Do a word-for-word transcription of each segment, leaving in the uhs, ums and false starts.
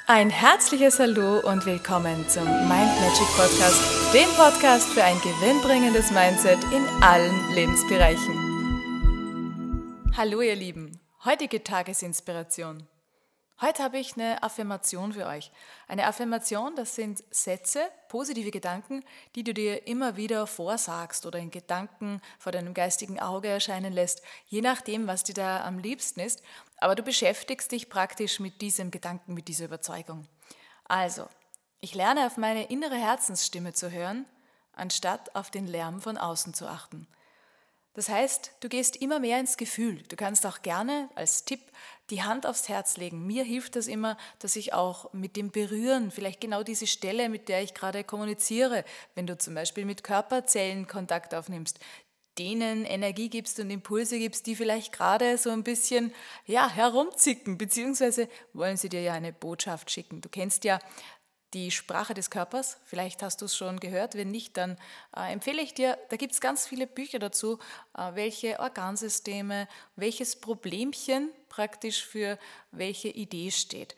Ein herzliches Hallo und willkommen zum Mind Magic Podcast, dem Podcast für ein gewinnbringendes Mindset in allen Lebensbereichen. Hallo ihr Lieben, heutige Tagesinspiration. Heute habe ich eine Affirmation für euch. Eine Affirmation, das sind Sätze, positive Gedanken, die du dir immer wieder vorsagst oder in Gedanken vor deinem geistigen Auge erscheinen lässt, je nachdem, was dir da am liebsten ist. Aber du beschäftigst dich praktisch mit diesem Gedanken, mit dieser Überzeugung. Also, ich lerne auf meine innere Herzensstimme zu hören, anstatt auf den Lärm von außen zu achten. Das heißt, du gehst immer mehr ins Gefühl. Du kannst auch gerne als Tipp die Hand aufs Herz legen. Mir hilft das immer, dass ich auch mit dem Berühren, vielleicht genau diese Stelle, mit der ich gerade kommuniziere, wenn du zum Beispiel mit Körperzellen Kontakt aufnimmst, denen Energie gibst und Impulse gibst, die vielleicht gerade so ein bisschen ja, herumzicken, beziehungsweise wollen sie dir ja eine Botschaft schicken. Du kennst ja die Sprache des Körpers, vielleicht hast du es schon gehört, wenn nicht, dann äh, empfehle ich dir, da gibt es ganz viele Bücher dazu, äh, welche Organsysteme, welches Problemchen praktisch für welche Idee steht.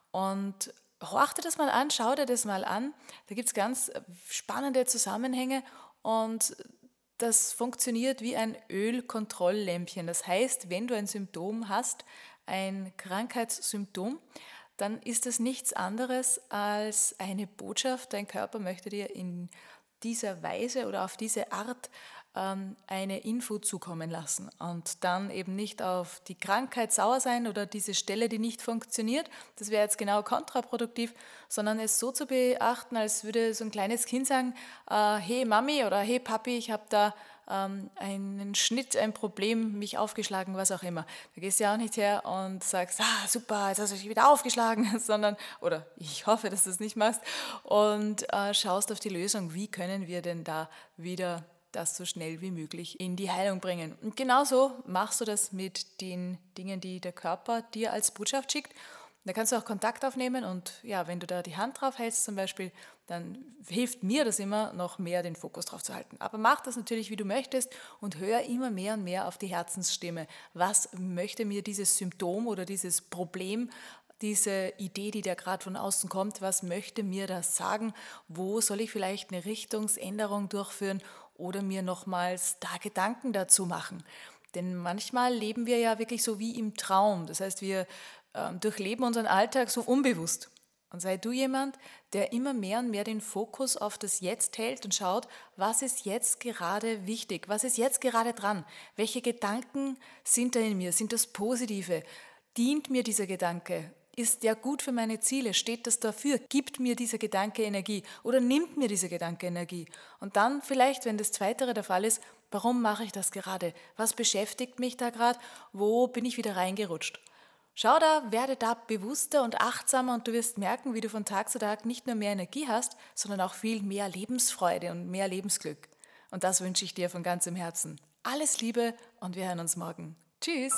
Und horch dir das mal an, schau dir das mal an, da gibt es ganz spannende Zusammenhänge und das funktioniert wie ein Ölkontrolllämpchen. Das heißt, wenn du ein Symptom hast, ein Krankheitssymptom, dann ist das nichts anderes als eine Botschaft. Dein Körper möchte dir in dieser Weise oder auf diese Art ähm, eine Info zukommen lassen und dann eben nicht auf die Krankheit sauer sein oder diese Stelle, die nicht funktioniert. Das wäre jetzt genau kontraproduktiv, sondern es so zu beachten, als würde so ein kleines Kind sagen, äh, hey Mami oder hey Papi, ich habe da ähm, einen Schnitt, ein Problem, mich aufgeschlagen, was auch immer. Da gehst du ja auch nicht her und sagst, ah super, jetzt hast du dich wieder aufgeschlagen, sondern, oder ich hoffe, dass du es nicht machst, und äh, schaust auf die Lösung, wie können wir denn da wieder das so schnell wie möglich in die Heilung bringen. Und genauso machst du das mit den Dingen, die der Körper dir als Botschaft schickt. Da kannst du auch Kontakt aufnehmen und ja, wenn du da die Hand drauf hältst zum Beispiel, dann hilft mir das immer, noch mehr den Fokus drauf zu halten. Aber mach das natürlich, wie du möchtest und hör immer mehr und mehr auf die Herzensstimme. Was möchte mir dieses Symptom oder dieses Problem, diese Idee, die da gerade von außen kommt, was möchte mir das sagen? Wo soll ich vielleicht eine Richtungsänderung durchführen oder mir nochmals da Gedanken dazu machen? Denn manchmal leben wir ja wirklich so wie im Traum. Das heißt, wir ähm, durchleben unseren Alltag so unbewusst. Und sei du jemand, der immer mehr und mehr den Fokus auf das Jetzt hält und schaut, was ist jetzt gerade wichtig, was ist jetzt gerade dran, welche Gedanken sind da in mir, sind das positive, dient mir dieser Gedanke, ist der gut für meine Ziele, steht das dafür, gibt mir dieser Gedanke Energie oder nimmt mir dieser Gedanke Energie. Und dann vielleicht, wenn das Zweitere der Fall ist, warum mache ich das gerade, was beschäftigt mich da gerade, wo bin ich wieder reingerutscht. Schau da, werde da bewusster und achtsamer und du wirst merken, wie du von Tag zu Tag nicht nur mehr Energie hast, sondern auch viel mehr Lebensfreude und mehr Lebensglück. Und das wünsche ich dir von ganzem Herzen. Alles Liebe und wir hören uns morgen. Tschüss!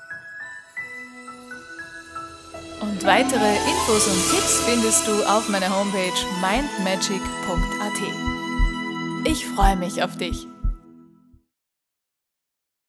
Und weitere Infos und Tipps findest du auf meiner Homepage mind magic punkt a t. Ich freue mich auf dich!